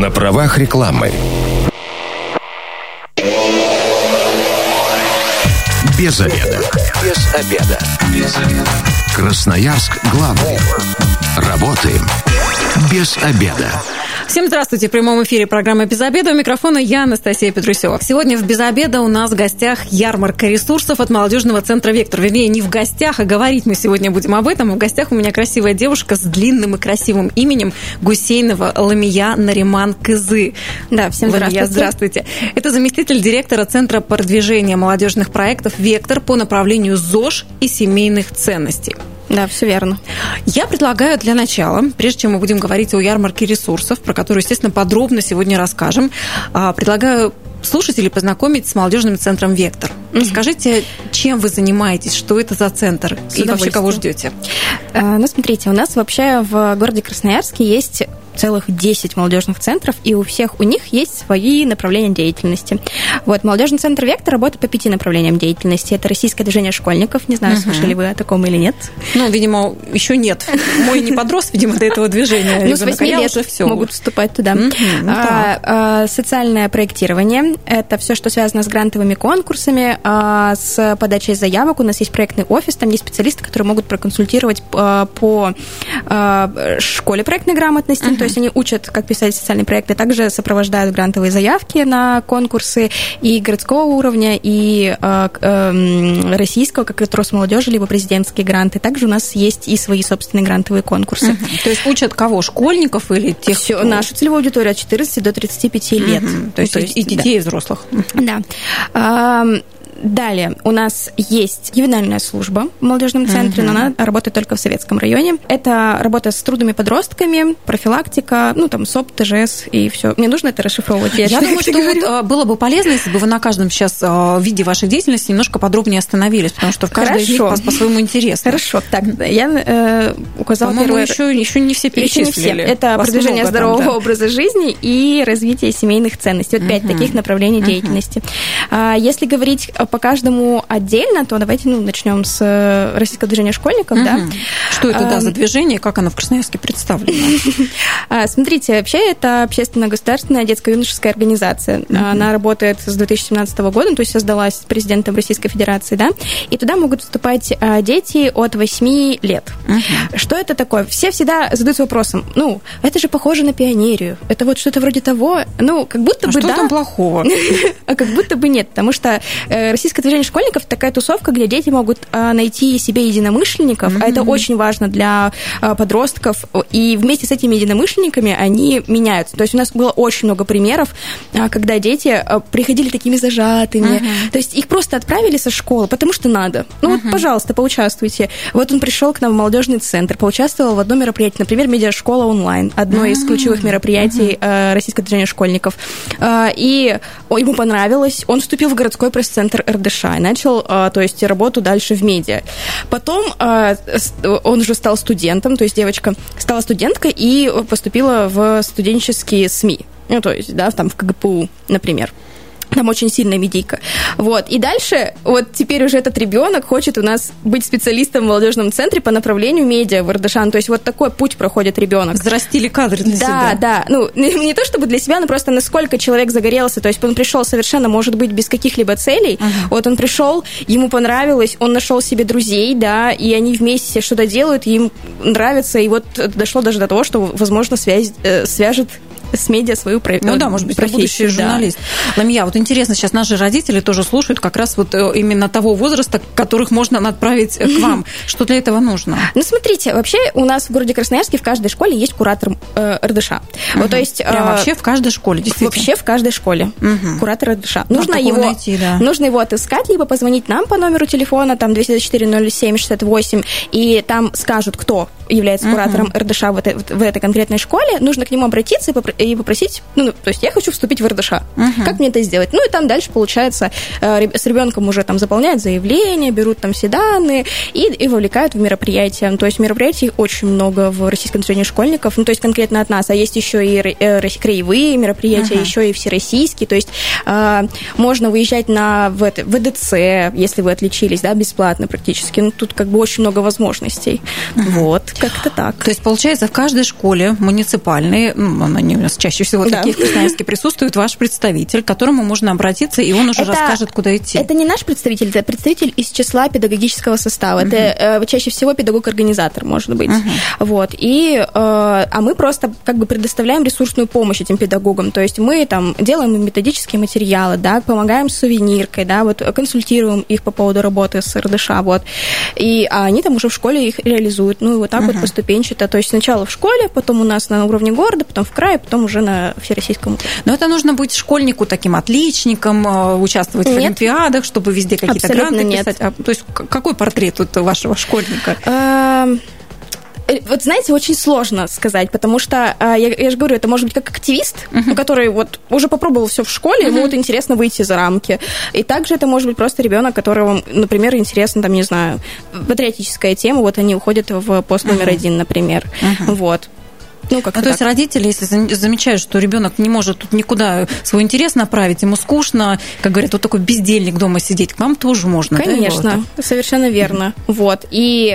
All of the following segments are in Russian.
На правах рекламы. Без обеда. Без обеда. Без обеда. Красноярск главный. Работаем без обеда. Всем здравствуйте. В прямом эфире программы «Без обеда». У микрофона я, Анастасия Петрусева. Сегодня в «Без обеда» у нас в гостях ярмарка ресурсов от молодежного центра «Вектор». Вернее, не в гостях, а говорить мы сегодня будем об этом. В гостях у меня красивая девушка с длинным и красивым именем Гусейнова Ламия Нариман Кызы. Да, всем здравствуйте. Ламия, здравствуйте. Это заместитель директора Центра продвижения молодежных проектов «Вектор» по направлению ЗОЖ и семейных ценностей. Да, все верно. Я предлагаю для начала, прежде чем мы будем говорить о ярмарке ресурсов, про которую, естественно, подробно сегодня расскажем, предлагаю слушателей познакомить с молодежным центром «Вектор». Скажите, чем вы занимаетесь, что это за центр и вообще кого ждете? Ну, смотрите, у нас вообще в городе Красноярске есть целых 10 молодежных центров, и у всех у них есть свои направления деятельности. Вот, молодежный центр «Вектор» работает по 5 направлениям деятельности. Это российское движение школьников. Не знаю, слышали вы о таком или нет. Ну, видимо, еще нет. Мой не подрос, видимо, до этого движения. Ну, с 8 лет могут вступать туда. Социальное проектирование. Это все, что связано с грантовыми конкурсами, с подачей заявок. У нас есть проектный офис, там есть специалисты, которые могут проконсультировать по школе проектной грамотности. То есть они учат, как писать социальные проекты, также сопровождают грантовые заявки на конкурсы и городского уровня, и российского, как это Росмолодежи, либо президентские гранты. Также у нас есть и свои собственные грантовые конкурсы. То есть учат кого? Школьников или тех, кто... Нашу целевую аудиторию от 14 до 35 лет. То есть и детей, и взрослых. Да. Далее у нас есть ювенальная служба в молодежном центре, но она работает только в Советском районе. Это работа с трудными подростками, профилактика, ну, там, СОП, ТЖС и все. Мне нужно это расшифровывать. Я думаю, что вот было бы полезно, если бы вы на каждом сейчас виде вашей деятельности немножко подробнее остановились, потому что в каждой из них по-своему интересно. Хорошо. Так, я указала первое... Еще не все перечислили. Это продвижение здорового образа жизни и развитие семейных ценностей. Вот 5 таких направлений деятельности. Если говорить по каждому отдельно, то давайте начнем с российского движения школьников. Да? Что это за движение, как оно в Красноярске представлено? Смотрите, вообще это общественно-государственная детско-юношеская организация. Она работает с 2017 года, то есть создалась президентом Российской Федерации, да? И туда могут вступать дети от 8 лет. Что это такое? Все всегда задаются вопросом, это же похоже на пионерию, это вот что-то вроде того, как будто бы да. Что там плохого? А как будто бы нет, потому что Российское движение школьников – такая тусовка, где дети могут найти себе единомышленников, а это очень важно для подростков, и вместе с этими единомышленниками они меняются. То есть у нас было очень много примеров, когда дети приходили такими зажатыми, то есть их просто отправили со школы, потому что надо. Вот, пожалуйста, поучаствуйте. Вот он пришел к нам в молодежный центр, поучаствовал в одном мероприятии, например, медиашкола онлайн, одно из ключевых мероприятий Российского движения школьников. И ему понравилось, он вступил в городской пресс-центр РДШ и начал, то есть, работу дальше в медиа. Потом он уже стал студентом, то есть девочка стала студенткой и поступила в студенческие СМИ, то есть, да, там в КГПУ, например. Там очень сильная медийка. Вот. И дальше, вот теперь уже этот ребенок хочет у нас быть специалистом в молодежном центре по направлению медиа в РДШ. То есть вот такой путь проходит ребенок. Взрастили кадры для себя. Да. Не то чтобы для себя, но просто насколько человек загорелся. То есть он пришел совершенно, может быть, без каких-либо целей. Вот он пришел, ему понравилось, он нашел себе друзей, да, и они вместе что-то делают, им нравится. И вот дошло даже до того, что, возможно, свяжет с медиа свою профессию. Может быть, будущий журналист. Ламия, вот интересно, сейчас наши родители тоже слушают как раз вот именно того возраста, которых можно отправить к вам. Что для этого нужно? Смотрите, вообще у нас в городе Красноярске в каждой школе есть куратор РДШ. Вот, то есть, прям вообще в каждой школе, действительно? Вообще в каждой школе куратор РДШ. Нужно его отыскать, либо позвонить нам по номеру телефона, там 204-07-68, и там скажут, кто является куратором РДШ в этой конкретной школе. Нужно к нему обратиться и попросить, то есть я хочу вступить в РДШ. Как мне это сделать? И там дальше, получается, с ребенком уже там заполняют заявление, берут там все данные и вовлекают в мероприятия. То есть мероприятий очень много в Российском движении школьников, то есть конкретно от нас, а есть еще и краевые мероприятия, еще и всероссийские, то есть можно выезжать на ВДЦ, если вы отличились, да, бесплатно практически. Тут как бы очень много возможностей. Вот. Как-то так. То есть, получается, в каждой школе муниципальной, они у нас чаще всего такие в Красноярске присутствует, ваш представитель, к которому можно обратиться, и он уже расскажет, куда идти. Это не наш представитель, это представитель из числа педагогического состава. Это чаще всего педагог-организатор, может быть. Вот. А мы просто как бы предоставляем ресурсную помощь этим педагогам. То есть мы там делаем им методические материалы, да, помогаем с сувениркой, да, вот консультируем их по поводу работы с РДШ, вот. А они там уже в школе их реализуют. Ну, и вот так вот поступенчато. То есть сначала в школе, потом у нас на уровне города, потом в крае, потом уже на всероссийском. Но это нужно быть школьнику таким отличником, участвовать в олимпиадах, чтобы везде какие-то гранты писать. То есть какой портрет вот вашего школьника? Вот, знаете, очень сложно сказать, потому что, я же говорю, это может быть как активист, который вот уже попробовал все в школе, ему вот интересно выйти за рамки. И также это может быть просто ребенок, которому, например, интересна, там, не знаю, патриотическая тема, вот они уходят в пост номер 1, например. Вот. То есть родители, если замечают, что ребенок не может тут никуда свой интерес направить, ему скучно, как говорят, вот такой бездельник дома сидеть, к вам тоже можно. Конечно, да, совершенно верно. Вот. И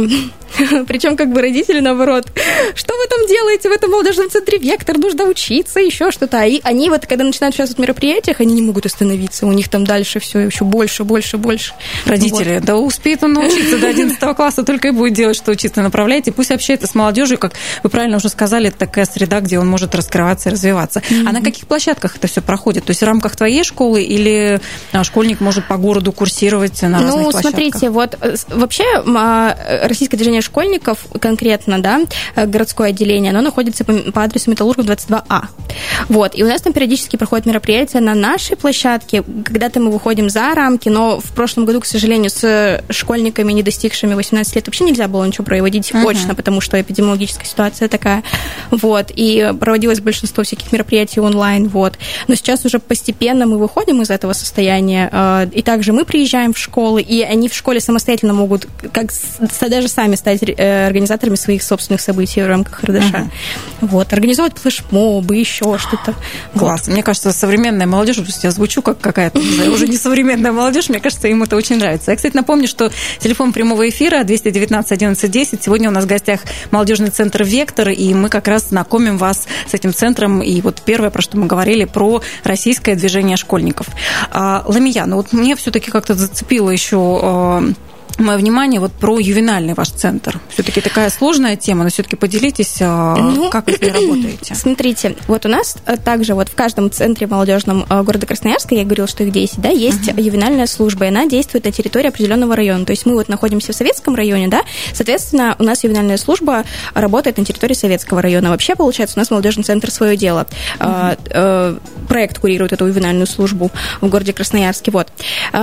причем как бы родители, наоборот, что вы там делаете в этом молодежном центре «Вектор», нужно учиться, еще что-то. И они вот, когда начинают участвовать в мероприятиях, они не могут остановиться, у них там дальше все еще больше. Родители, вот. Да успеет он научиться до 11 класса, только и будет делать, что учиться, направляете, пусть общается с молодежью, как вы правильно уже сказали, это такая среда, где он может раскрываться и развиваться. А на каких площадках это все проходит? То есть в рамках твоей школы или школьник может по городу курсировать на разных площадках? Смотрите, вот вообще Российское движение школьников конкретно, да, городское отделение, оно находится по адресу Металлургов 22А. Вот, и у нас там периодически проходят мероприятия на нашей площадке, когда-то мы выходим за рамки, но в прошлом году, к сожалению, с школьниками, не достигшими 18 лет, вообще нельзя было ничего проводить очно, потому что эпидемиологическая ситуация такая. Вот, и проводилось большинство всяких мероприятий онлайн, вот. Но сейчас уже постепенно мы выходим из этого состояния, и также мы приезжаем в школы, и они в школе самостоятельно могут даже сами стать организаторами своих собственных событий в рамках РДШ. Вот, организовать флешмобы, еще что-то. Класс. Вот. Мне кажется, современная молодежь, я звучу как какая-то, не знаю, уже не современная молодежь, мне кажется, им это очень нравится. Я, кстати, напомню, что телефон прямого эфира 219 11 10. Сегодня у нас в гостях молодежный центр «Вектор», и мы как раз знакомим вас с этим центром. И вот первое, про что мы говорили, про российское движение школьников. Ламия, ну вот мне все-таки как-то зацепило еще мое внимание вот про ювенальный ваш центр. Все-таки такая сложная тема, но все-таки поделитесь, как вы с ней работаете. Смотрите, вот у нас также вот в каждом центре молодежном города Красноярска, я говорила, что их 10, да, есть ювенальная служба, и она действует на территории определенного района. То есть мы вот находимся в Советском районе, да, соответственно, у нас ювенальная служба работает на территории Советского района. Вообще, получается, у нас молодежный центр свое дело. Проект курирует эту ювенальную службу в городе Красноярске. Вот.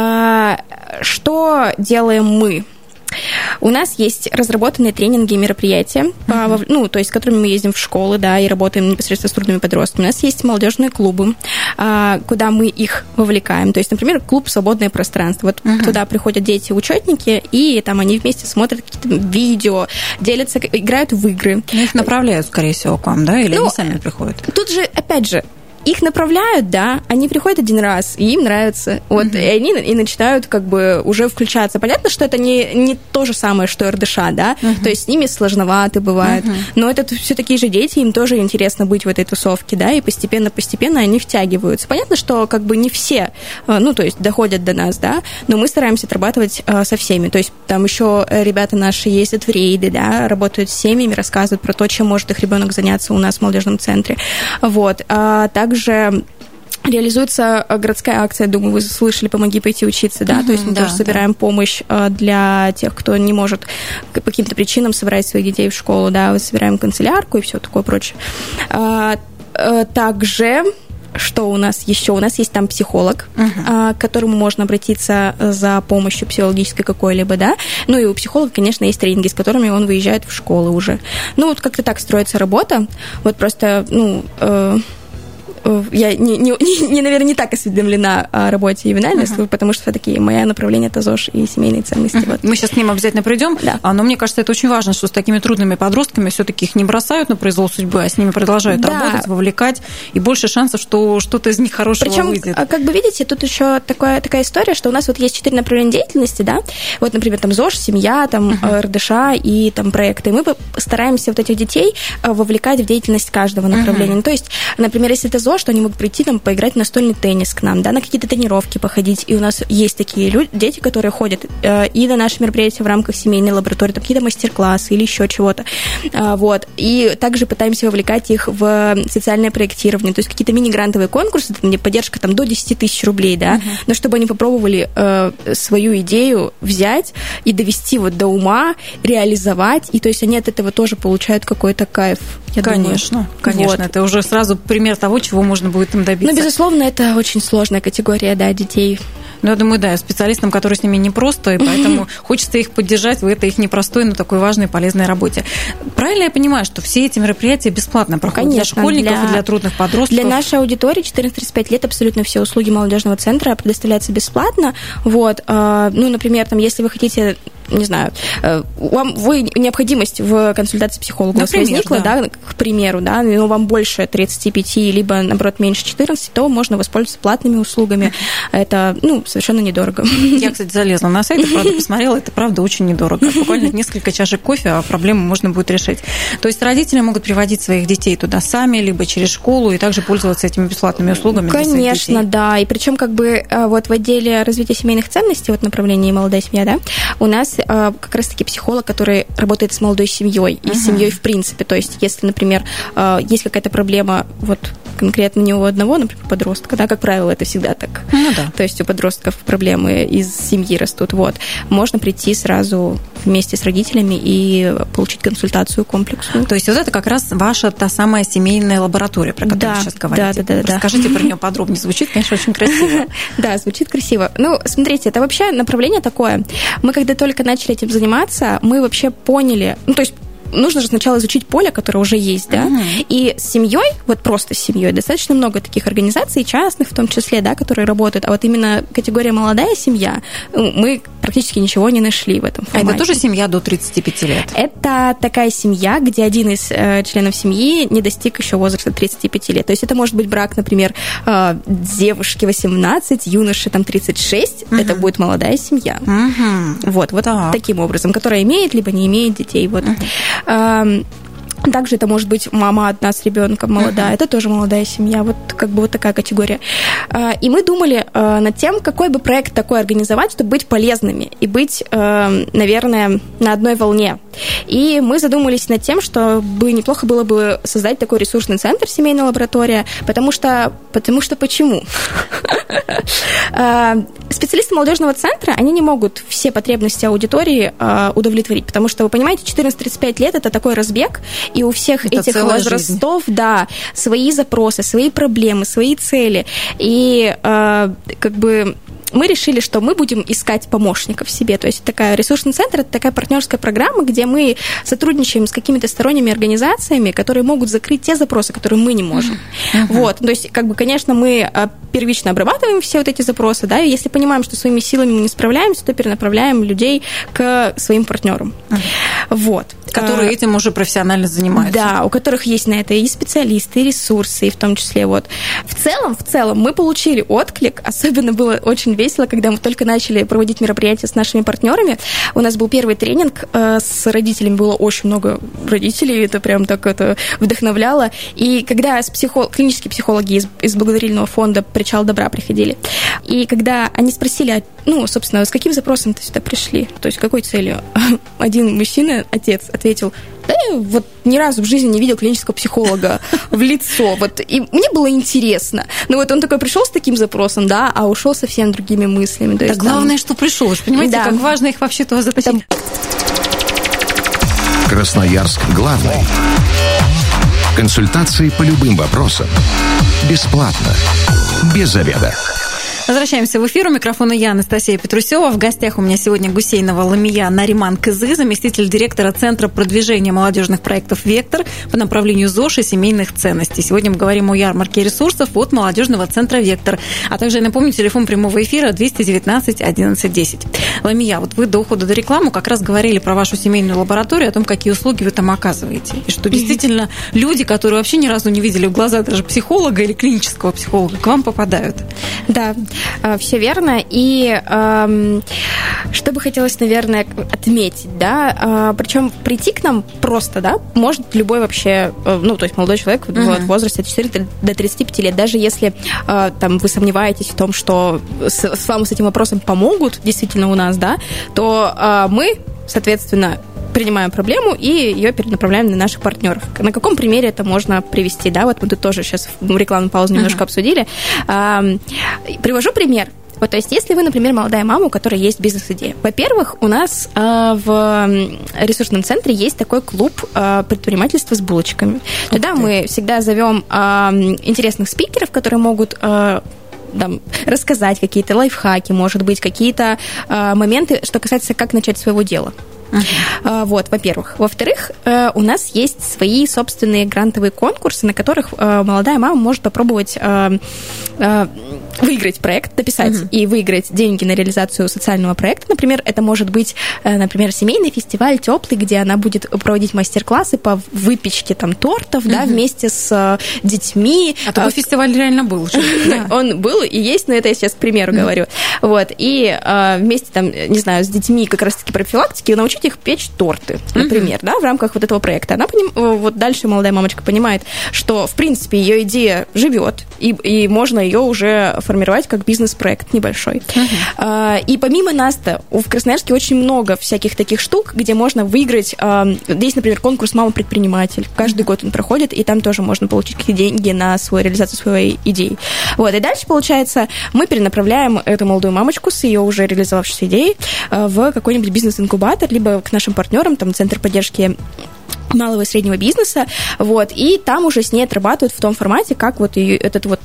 Что делаем мы? У нас есть разработанные тренинги и мероприятия, то есть с которыми мы ездим в школы, да, и работаем непосредственно с трудными подростками. У нас есть молодежные клубы, куда мы их вовлекаем. То есть, например, клуб «Свободное пространство». Вот туда приходят дети-учетники, и там они вместе смотрят какие-то видео, делятся, играют в игры. Но их направляют, скорее всего, к вам, да? Или они сами приходят? Тут же, опять же, их направляют, да, они приходят один раз, и им нравится. Вот, и они и начинают как бы уже включаться. Понятно, что это не то же самое, что РДШ, да, то есть с ними сложновато бывает, но это все такие же дети, им тоже интересно быть в этой тусовке, да, и постепенно они втягиваются. Понятно, что как бы не все, то есть доходят до нас, да, но мы стараемся отрабатывать со всеми. То есть там еще ребята наши ездят в рейды, да, работают с семьями, рассказывают про то, чем может их ребенок заняться у нас в молодежном центре. Вот. Также реализуется городская акция, думаю, вы слышали, «Помоги пойти учиться», да, то есть мы тоже собираем помощь для тех, кто не может по каким-то причинам собрать своих детей в школу, да, собираем канцелярку и все такое прочее. Также что у нас еще? У нас есть там психолог, к которому можно обратиться за помощью психологической какой-либо, да. Ну и у психолога, конечно, есть тренинги, с которыми он выезжает в школы уже. Ну вот как-то так строится работа. Вот просто, я, наверное, не так осведомлена о работе ювенальной службы, потому что все-таки мое направление – это ЗОЖ и семейные ценности. Вот. Мы сейчас к ним обязательно придем, да. Но мне кажется, это очень важно, что с такими трудными подростками все-таки их не бросают на произвол судьбы, а с ними продолжают работать, вовлекать, и больше шансов, что что-то из них хорошего выйдет. Причем, как бы видите, тут еще такая история, что у нас вот есть 4 направления деятельности, да, вот, например, там ЗОЖ, семья, там РДШ и там проекты. И мы стараемся вот этих детей вовлекать в деятельность каждого направления. Ну, то есть, например, если это ЗОЖ, то они могут прийти там поиграть в настольный теннис к нам, да, на какие-то тренировки походить. И у нас есть такие дети, которые ходят и на наши мероприятия в рамках семейной лаборатории, там какие-то мастер-классы или еще чего-то. Вот. И также пытаемся вовлекать их в социальное проектирование, то есть какие-то мини-грантовые конкурсы, поддержка там до 10 тысяч рублей, да, но чтобы они попробовали свою идею взять и довести вот до ума, реализовать, и то есть они от этого тоже получают какой-то кайф. Конечно, вот. Это уже сразу пример того, чего можно будет им добиться. Ну, безусловно, это очень сложная категория, да, детей. Ну, я думаю, да, специалистам, которые с ними непросто, и поэтому хочется их поддержать в этой их непростой, но такой важной и полезной работе. Правильно я понимаю, что все эти мероприятия бесплатно проходят? Конечно, для школьников и для трудных подростков? Для нашей аудитории 14-35 лет абсолютно все услуги молодежного центра предоставляются бесплатно. Вот. Ну, например, там, если вы хотите, не знаю, необходимость в консультации психолога у вас возникла, да, к примеру, да, но вам больше 35, либо, наоборот, меньше 14, то можно воспользоваться платными услугами. Это, совершенно недорого. Я, кстати, залезла на сайт и, правда, посмотрела, это, правда, очень недорого. Буквально несколько чашек кофе, а проблему можно будет решить. То есть родители могут приводить своих детей туда сами, либо через школу, и также пользоваться этими бесплатными услугами. Конечно, да. И причем как бы вот в отделе развития семейных ценностей, вот направлении «Молодая семья», да, у нас как раз-таки психолог, который работает с молодой семьей и с семьей в принципе. То есть если, например, есть какая-то проблема вот конкретно не у одного, например, подростка, да, как правило, это всегда так. Ну, да. То есть у подростков проблемы из семьи растут. Вот. Можно прийти сразу вместе с родителями и получить консультацию комплексную. То есть вот это как раз ваша та самая семейная лаборатория, про которую вы сейчас говорите. Да. Расскажите про нее подробнее. Звучит, конечно, очень красиво. Да, звучит красиво. Ну, смотрите, это вообще направление такое. Мы когда только начали этим заниматься, мы вообще поняли, то есть нужно же сначала изучить поле, которое уже есть, да, и с семьей, вот просто с семьей, достаточно много таких организаций, частных в том числе, да, которые работают, а вот именно категория «молодая семья», мы практически ничего не нашли в этом формате. А это тоже семья до 35 лет? Это такая семья, где один из членов семьи не достиг еще возраста 35 лет. То есть это может быть брак, например, девушки 18, юноши там 36, это будет молодая семья. Вот таким образом, которая имеет либо не имеет детей, вот. Также это может быть мама одна с ребенком молодая, это тоже молодая семья, вот как бы вот такая категория. И мы думали над тем, какой бы проект такой организовать, чтобы быть полезными и быть, наверное, на одной волне. И мы задумались над тем, что неплохо было бы создать такой ресурсный центр, семейная лаборатория, потому что почему? Специалисты молодежного центра, они не могут все потребности аудитории удовлетворить, потому что, вы понимаете, 14-35 лет – это такой разбег, и у всех это этих возрастов, да, свои запросы, свои проблемы, свои цели. И как бы мы решили, что мы будем искать помощников себе. То есть такая ресурсный центр – это такая партнерская программа, где мы сотрудничаем с какими-то сторонними организациями, которые могут закрыть те запросы, которые мы не можем. Вот. То есть, как бы, конечно, мы первично обрабатываем все вот эти запросы, да, и если понимаем, что своими силами мы не справляемся, то перенаправляем людей к своим партнерам. Вот. Которые этим уже профессионально занимаются. Да, у которых есть на это и специалисты, и ресурсы, и в том числе вот. В целом мы получили отклик, особенно было очень весело, когда мы только начали проводить мероприятия с нашими партнерами. У нас был первый тренинг с родителями, было очень много родителей, это прям так это вдохновляло. И когда клинические психологи из благотворительного фонда «Причал добра» приходили, и когда они спросили, собственно, с каким запросом-то сюда пришли, то есть какой целью? Один мужчина, отец, ответил: да я вот ни разу в жизни не видел клинического психолога в лицо. Вот, и мне было интересно. Но вот он такой пришел с таким запросом, да, а ушел совсем другими мыслями. Да, главное, что пришел. Вы понимаете, да, как важно их вообще туда затащить. Красноярск главный. Консультации по любым вопросам. Бесплатно. Без заведа. Возвращаемся в эфир. У микрофона я, Анастасия Петрусева. В гостях у меня сегодня Гусейнова Ламия Нариман Кызы, заместитель директора Центра продвижения молодежных проектов «Вектор» по направлению ЗОЖ и семейных ценностей. Сегодня мы говорим о ярмарке ресурсов от молодежного центра «Вектор». А также, я напомню, телефон прямого эфира 219 11 10. Ламия, вот вы до ухода до рекламы как раз говорили про вашу семейную лабораторию, о том, какие услуги вы там оказываете. И что действительно люди, которые вообще ни разу не видели в глаза даже психолога или клинического психолога, к вам попадают. Да, все верно. И что бы хотелось, наверное, отметить, да, причем прийти к нам просто, да, может любой вообще, то есть молодой человек в возрасте от 4 до 35 лет, даже если там вы сомневаетесь в том, что с вами с этим вопросом помогут действительно у нас, да, то мы, соответственно, принимаем проблему и ее перенаправляем на наших партнеров. На каком примере это можно привести? Да, вот мы тут тоже сейчас в рекламную паузу немножко обсудили. Привожу пример. Вот, то есть, если вы, например, молодая мама, у которой есть бизнес-идея. Во-первых, у нас в ресурсном центре есть такой клуб предпринимательства с булочками. Туда мы всегда зовем интересных спикеров, которые могут рассказать какие-то лайфхаки, может быть, какие-то моменты, что касается, как начать своего дела. Вот, во-первых. Во-вторых, у нас есть свои собственные грантовые конкурсы, на которых молодая мама может попробовать выиграть проект, написать и выиграть деньги на реализацию социального проекта. Например, это может быть, семейный фестиваль теплый, где она будет проводить мастер-классы по выпечке там тортов, да, вместе с детьми. А такой фестиваль реально был. Он был и есть, но это я сейчас к примеру говорю. Вот, и вместе там, не знаю, с детьми как раз-таки профилактики научить их печь торты, например, да, в рамках вот этого проекта. Она вот дальше молодая мамочка понимает, что, в принципе, ее идея живет, и можно ее уже формировать как бизнес-проект небольшой. И помимо нас-то в Красноярске очень много всяких таких штук, где можно выиграть. Здесь, например, конкурс «Мама-предприниматель». Каждый год он проходит, и там тоже можно получить какие-то деньги на реализацию своей идеи. Вот, и дальше, получается, мы перенаправляем эту молодую мамочку с ее уже реализовавшейся идеей в какой-нибудь бизнес-инкубатор, либо к нашим партнерам, там, Центр поддержки малого и среднего бизнеса, вот, и там уже с ней отрабатывают в том формате, как вот ее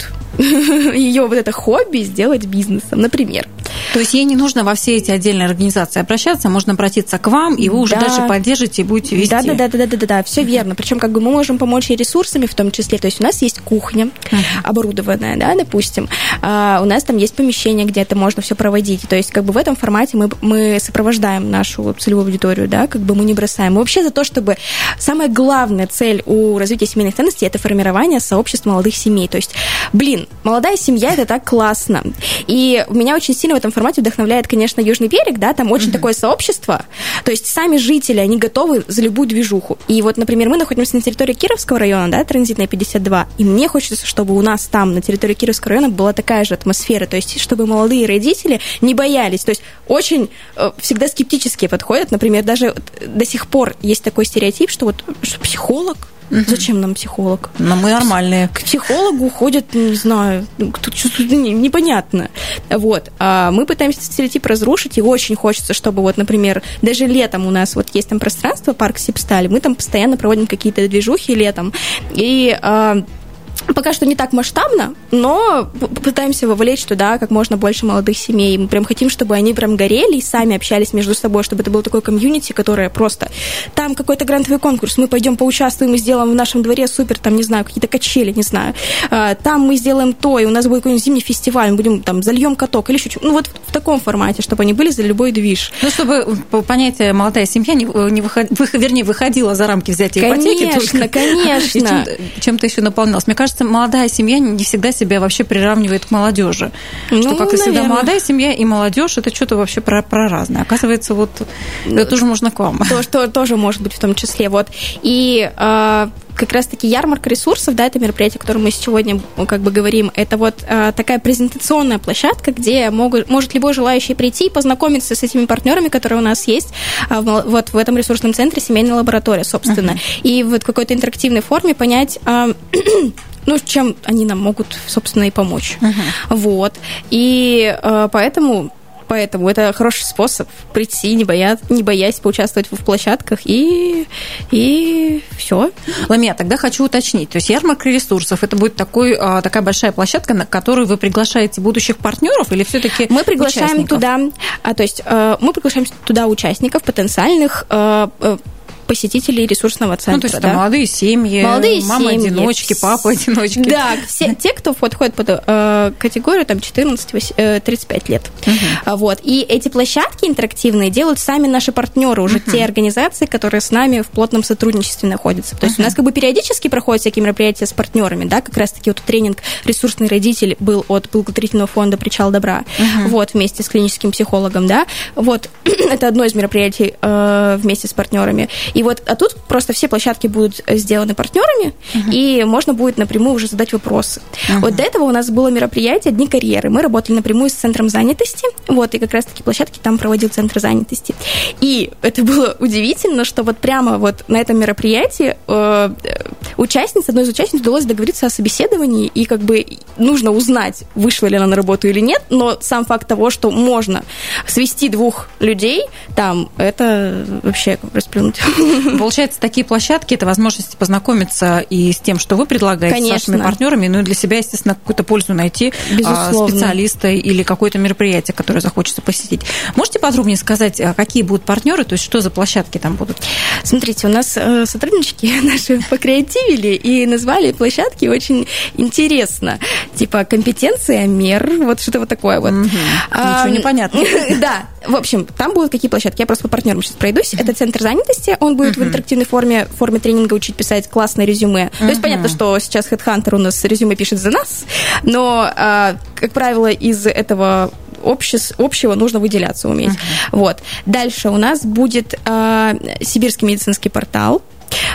вот это хобби сделать бизнесом, например. То есть ей не нужно во все эти отдельные организации обращаться, можно обратиться к вам, и вы уже дальше поддержите и будете вести. Да, все верно. Причем как бы мы можем помочь и ресурсами в том числе. То есть у нас есть кухня оборудованная, да, допустим. У нас там есть помещение, где это можно все проводить. То есть как бы в этом формате мы сопровождаем нашу целевую аудиторию, да, как бы мы не бросаем. Мы вообще за то, чтобы самая главная цель у развития семейных ценностей – это формирование сообществ молодых семей. То есть, молодая семья – это так классно. И меня очень сильно в этом формате вдохновляет, конечно, Южный берег, да, там очень такое сообщество, то есть сами жители, они готовы за любую движуху. И вот, например, мы находимся на территории Кировского района, да, транзитная 52, и мне хочется, чтобы у нас там, на территории Кировского района, была такая же атмосфера, то есть чтобы молодые родители не боялись, то есть очень всегда скептически подходят, например, даже до сих пор есть такой стереотип, что психолог, зачем нам психолог? Но мы нормальные. К психологу ходят, не знаю, тут что-то непонятно. Вот. А мы пытаемся этот стереотип разрушить, и очень хочется, чтобы, вот, например, даже летом у нас вот есть там пространство, парк Сибсталь, мы там постоянно проводим какие-то движухи летом, и пока что не так масштабно, но пытаемся вовлечь туда как можно больше молодых семей. Мы прям хотим, чтобы они прям горели и сами общались между собой, чтобы это было такое комьюнити, которое просто... Там какой-то грантовый конкурс, мы пойдем поучаствуем и сделаем в нашем дворе супер, там, не знаю, какие-то качели, не знаю. Там мы сделаем то, и у нас будет какой-нибудь зимний фестиваль, мы будем там зальем каток или еще что-то. Ну, вот в таком формате, чтобы они были за любой движ. Ну, чтобы понятие «молодая семья» выходила за рамки взятия ипотеки. Конечно. И чем-то еще наполнялась. Мне кажется, молодая семья не всегда себя вообще приравнивает к молодежи. Что как-то всегда молодая семья и молодежь это что-то вообще про разное. Оказывается, вот это тоже можно к вам. Тоже может быть в том числе. Вот. И как раз-таки ярмарка ресурсов, да, это мероприятие, о котором мы сегодня как бы говорим, это вот такая презентационная площадка, где может любой желающий прийти и познакомиться с этими партнерами, которые у нас есть вот в этом ресурсном центре «Семейная лаборатория», собственно. И вот в какой-то интерактивной форме понять... чем они нам могут, собственно, и помочь. Вот. И поэтому Поэтому это хороший способ прийти, не боясь поучаствовать в площадках, и все. Ламия, тогда хочу уточнить. То есть ярмарка ресурсов – это будет такая большая площадка, на которую вы приглашаете будущих партнеров или все-таки мы приглашаем мы приглашаем туда участников, потенциальных посетителей ресурсного центра. То есть это молодые семьи, мамы-одиночки, папы-одиночки. Да, все те, кто подходит под категорию 14-35 лет. Вот. И эти площадки интерактивные делают сами наши партнеры, уже те организации, которые с нами в плотном сотрудничестве находятся. То есть у нас периодически проходят всякие мероприятия с партнерами, да, как раз-таки вот тренинг «Ресурсный родитель» был от благотворительного фонда «Причал добра», вот, вместе с клиническим психологом, да. Вот, это одно из мероприятий вместе с партнерами. А тут просто все площадки будут сделаны партнерами, и можно будет напрямую уже задать вопросы. Вот до этого у нас было мероприятие «Дни карьеры». Мы работали напрямую с центром занятости, вот, и как раз-таки площадки там проводил центр занятости. И это было удивительно, что вот прямо вот на этом мероприятии одной из участниц удалось договориться о собеседовании, и нужно узнать, вышла ли она на работу или нет, но сам факт того, что можно свести двух людей, там, это вообще расплюнуть. Получается, такие площадки – это возможность познакомиться и с тем, что вы предлагаете, конечно, с вашими партнерами, ну и для себя, естественно, какую-то пользу найти, специалиста или какое-то мероприятие, которое захочется посетить. Можете подробнее сказать, какие будут партнеры, то есть что за площадки там будут? Смотрите, у нас сотруднички наши покреативили и назвали площадки очень интересно. Типа компетенция-мер, вот что-то вот такое вот. Ничего не понятно. Да, в общем, там будут какие площадки? Я просто по партнерам сейчас пройдусь. Это центр занятости, он будет в интерактивной форме тренинга учить писать классное резюме. То есть понятно, что сейчас HeadHunter у нас резюме пишет за нас, но, как правило, из этого общего нужно выделяться уметь. Вот. Дальше у нас будет Сибирский медицинский портал,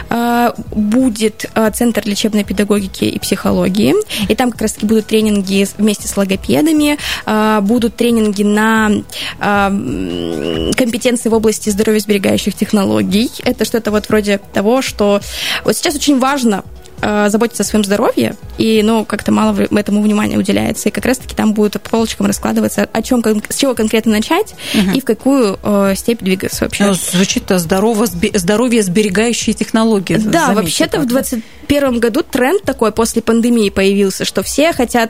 будет Центр лечебной педагогики и психологии, и там как раз-таки будут тренинги вместе с логопедами, будут тренинги на компетенции в области здоровьесберегающих технологий. Это что-то вот вроде того, что вот сейчас очень важно заботиться о своем здоровье, и, как-то мало этому внимания уделяется, и как раз-таки там будет по полочкам раскладываться, с чего конкретно начать и в какую степь двигаться вообще. Звучит-то здоровье сберегающие технологии. Да, вообще-то в 2021 году тренд такой после пандемии появился, что все хотят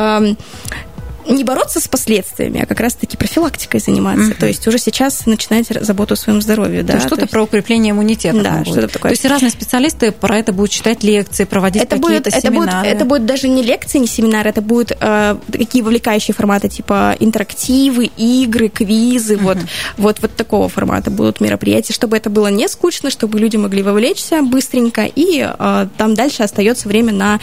не бороться с последствиями, а как раз-таки профилактикой заниматься. То есть уже сейчас начинать заботу о своем здоровье. Да? Что-то про укрепление иммунитета. Да, что-то такое. То есть разные специалисты про это будут читать лекции, проводить какие-то семинары. Это будут даже не лекции, не семинары, это будут такие вовлекающие форматы, типа интерактивы, игры, квизы. Вот такого формата будут мероприятия, чтобы это было не скучно, чтобы люди могли вовлечься быстренько, и там дальше остается время на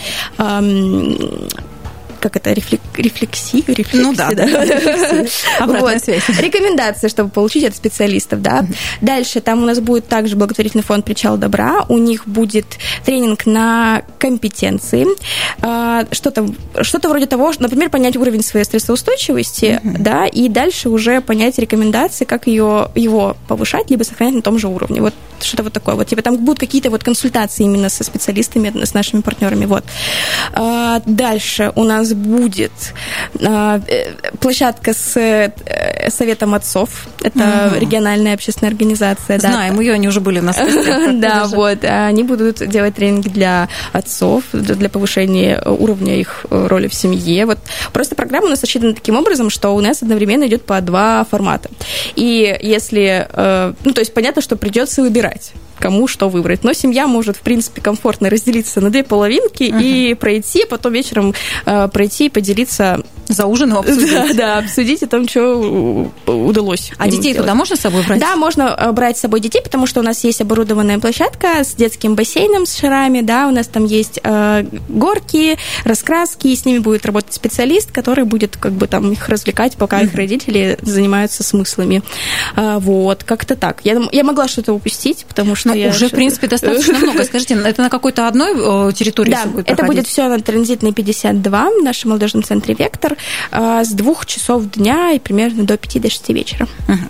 рефлексию? Да. Обратная связь. Рекомендации, чтобы получить от специалистов, да. Дальше там у нас будет также благотворительный фонд «Причал добра», у них будет тренинг на компетенции, что-то вроде того, например, понять уровень своей стрессоустойчивости, да, и дальше уже понять рекомендации, как его повышать, либо сохранять на том же уровне. Вот что-то вот такое. Вот, типа там будут какие-то вот консультации именно со специалистами, с нашими партнерами. Вот. Дальше у нас будет площадка с Советом отцов. Это региональная общественная организация. Знаем ее, они уже были у нас. Да, вот. Они будут делать тренинги для отцов, для повышения уровня их роли в семье. Вот. Просто программа у нас рассчитана таким образом, что у нас одновременно идет по 2 формата. И если... то есть понятно, что придется выбирать, кому что выбрать. Но семья может, в принципе, комфортно разделиться на 2 половинки и пройти, а потом вечером пройти и поделиться... За ужином обсудить. Да, обсудить о том, что удалось. А детей туда можно с собой брать? Да, можно брать с собой детей, потому что у нас есть оборудованная площадка с детским бассейном, с шарами, да, у нас там есть горки, раскраски, и с ними будет работать специалист, который будет там их развлекать, пока их родители занимаются смыслами. Вот, как-то так. Я могла что-то упустить, потому что уже, в принципе, достаточно много. Скажите, это на какой-то одной территории все будет проходить? Это будет все на Транзитной 52, в нашем молодежном центре «Вектор». с 2 часов дня и примерно до 5-6 вечера.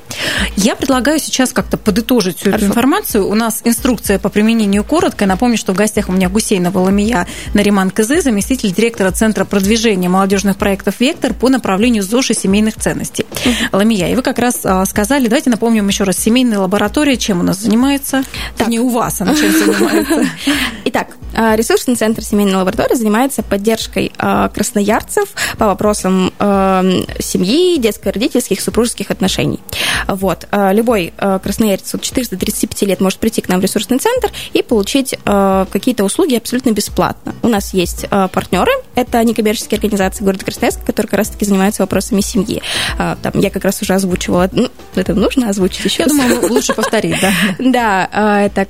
Я предлагаю сейчас как-то подытожить всю эту информацию. У нас инструкция по применению короткая. Напомню, что в гостях у меня Гусейнова Ламия Нариман Кызы, заместитель директора Центра продвижения молодежных проектов «Вектор» по направлению ЗОЖ и семейных ценностей. Ламия, и вы как раз сказали, давайте напомним еще раз, семейная лаборатория чем у нас занимается? Не у вас, она чем занимается? Итак, ресурсный центр семейной лаборатории занимается поддержкой красноярцев по вопросам семьи, детско-родительских, супружеских отношений. Вот. Любой красноярец от 4 до 35 лет может прийти к нам в ресурсный центр и получить какие-то услуги абсолютно бесплатно. У нас есть партнеры, это некоммерческие организации города Красноярска, которые как раз-таки занимаются вопросами семьи. Там, я как раз уже озвучивала, это нужно озвучить еще? Я думаю, лучше повторить, да. Да, это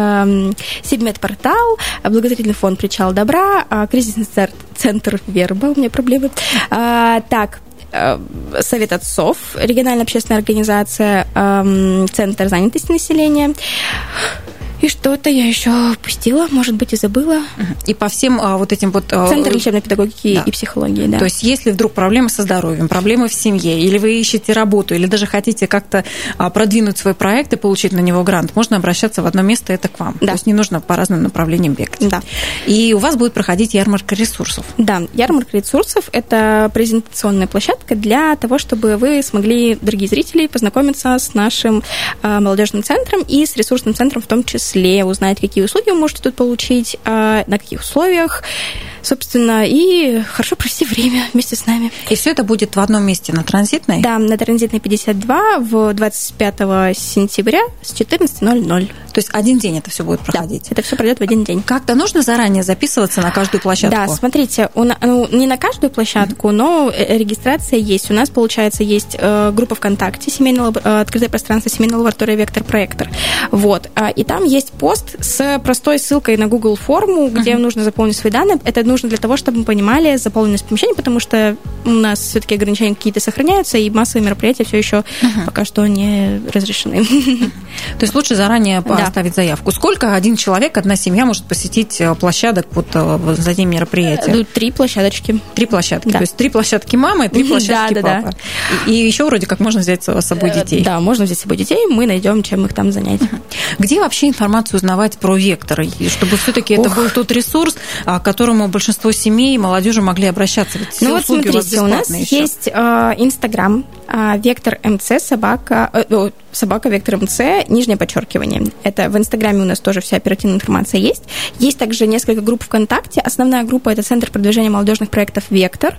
Сибмедпортал, благотворительный фонд «Причал добра», кризисный центр «Верба», у меня проблемы. Так, Совет отцов, региональная общественная организация, Центр занятости населения. И что-то я еще упустила, может быть, и забыла. И по всем вот этим вот... Центр лечебной педагогики и психологии, да. То есть если вдруг проблемы со здоровьем, проблемы в семье, или вы ищете работу, или даже хотите как-то продвинуть свой проект и получить на него грант, можно обращаться в одно место, это к вам. Да. То есть не нужно по разным направлениям бегать. Да. И у вас будет проходить ярмарка ресурсов. Да, ярмарка ресурсов – это презентационная площадка для того, чтобы вы смогли, дорогие зрители, познакомиться с нашим молодежным центром и с ресурсным центром в том числе, узнать, какие услуги вы можете тут получить, на каких условиях, собственно, и хорошо провести время вместе с нами. И все это будет в одном месте, на Транзитной? Да, на Транзитной 52 в 25 сентября с 14:00. То есть один день это все будет проходить? Да, это все пройдет в один день. Как-то нужно заранее записываться на каждую площадку? Да, смотрите, не на каждую площадку, но регистрация есть. У нас, получается, есть группа ВКонтакте, открытое пространство семейной лаборатории «Вектор Проектор». Вот. И там есть пост с простой ссылкой на Google форму, где нужно заполнить свои данные. Это нужно для того, чтобы мы понимали заполненность помещения, потому что у нас все-таки ограничения какие-то сохраняются, и массовые мероприятия все еще пока что не разрешены. То есть лучше заранее оставить заявку. Сколько один человек, одна семья может посетить площадок за день мероприятия? 3 площадочки. 3 площадки. Да. То есть 3 площадки мамы, 3 площадки папы. Да. И еще вроде как можно взять с собой детей. Да, можно взять с собой детей, мы найдем, чем их там занять. Где вообще информацию узнавать про «Вектор», и чтобы все-таки это был тот ресурс, к которому большинство семей и молодежи могли обращаться? Ведь вот смотрите, у нас есть Инстаграм, Вектор МЦ, собака Вектор МЦ, нижнее подчеркивание. Это в Инстаграме у нас тоже вся оперативная информация есть. Есть также несколько групп ВКонтакте. Основная группа – это Центр продвижения молодежных проектов «Вектор».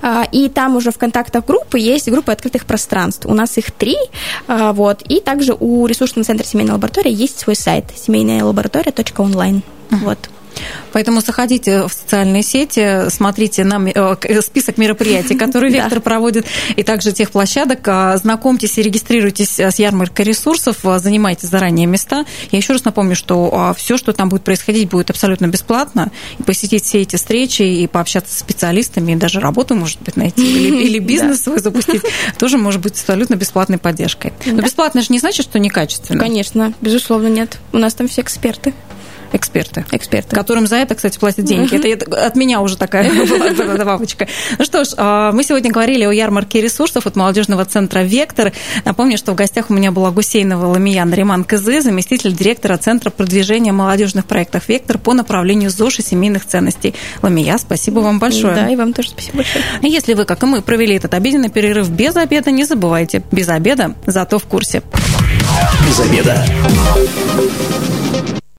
И там уже в контактах группы есть группы открытых пространств. У нас их 3. Вот. И также у ресурсного центра семейной лаборатории есть свой сайт семейнаяLаборатория.онлайн. Вот. Поэтому заходите в социальные сети, смотрите список мероприятий, которые «Вектор» проводит, и также тех площадок. Знакомьтесь и регистрируйтесь с ярмаркой ресурсов, занимайте заранее места. Я еще раз напомню, что все, что там будет происходить, будет абсолютно бесплатно. И посетить все эти встречи, и пообщаться с специалистами, и даже работу, может быть, найти, или бизнес свой запустить, тоже может быть абсолютно бесплатной поддержкой. Но бесплатно же не значит, что некачественно. Конечно, безусловно, нет. У нас там все эксперты. Эксперты, которым за это, кстати, платят деньги. Это от меня уже такая добавочка. Ну что ж, мы сегодня говорили о ярмарке ресурсов от молодежного центра «Вектор». Напомню, что в гостях у меня была Гусейнова Ламия Нариман Кызы, заместитель директора Центра продвижения молодежных проектов «Вектор» по направлению ЗОЖ и семейных ценностей. Ламия, спасибо вам большое. Да, и вам тоже спасибо большое. Если вы, как и мы, провели этот обеденный перерыв без обеда, не забывайте, без обеда, зато в курсе. Без обеда.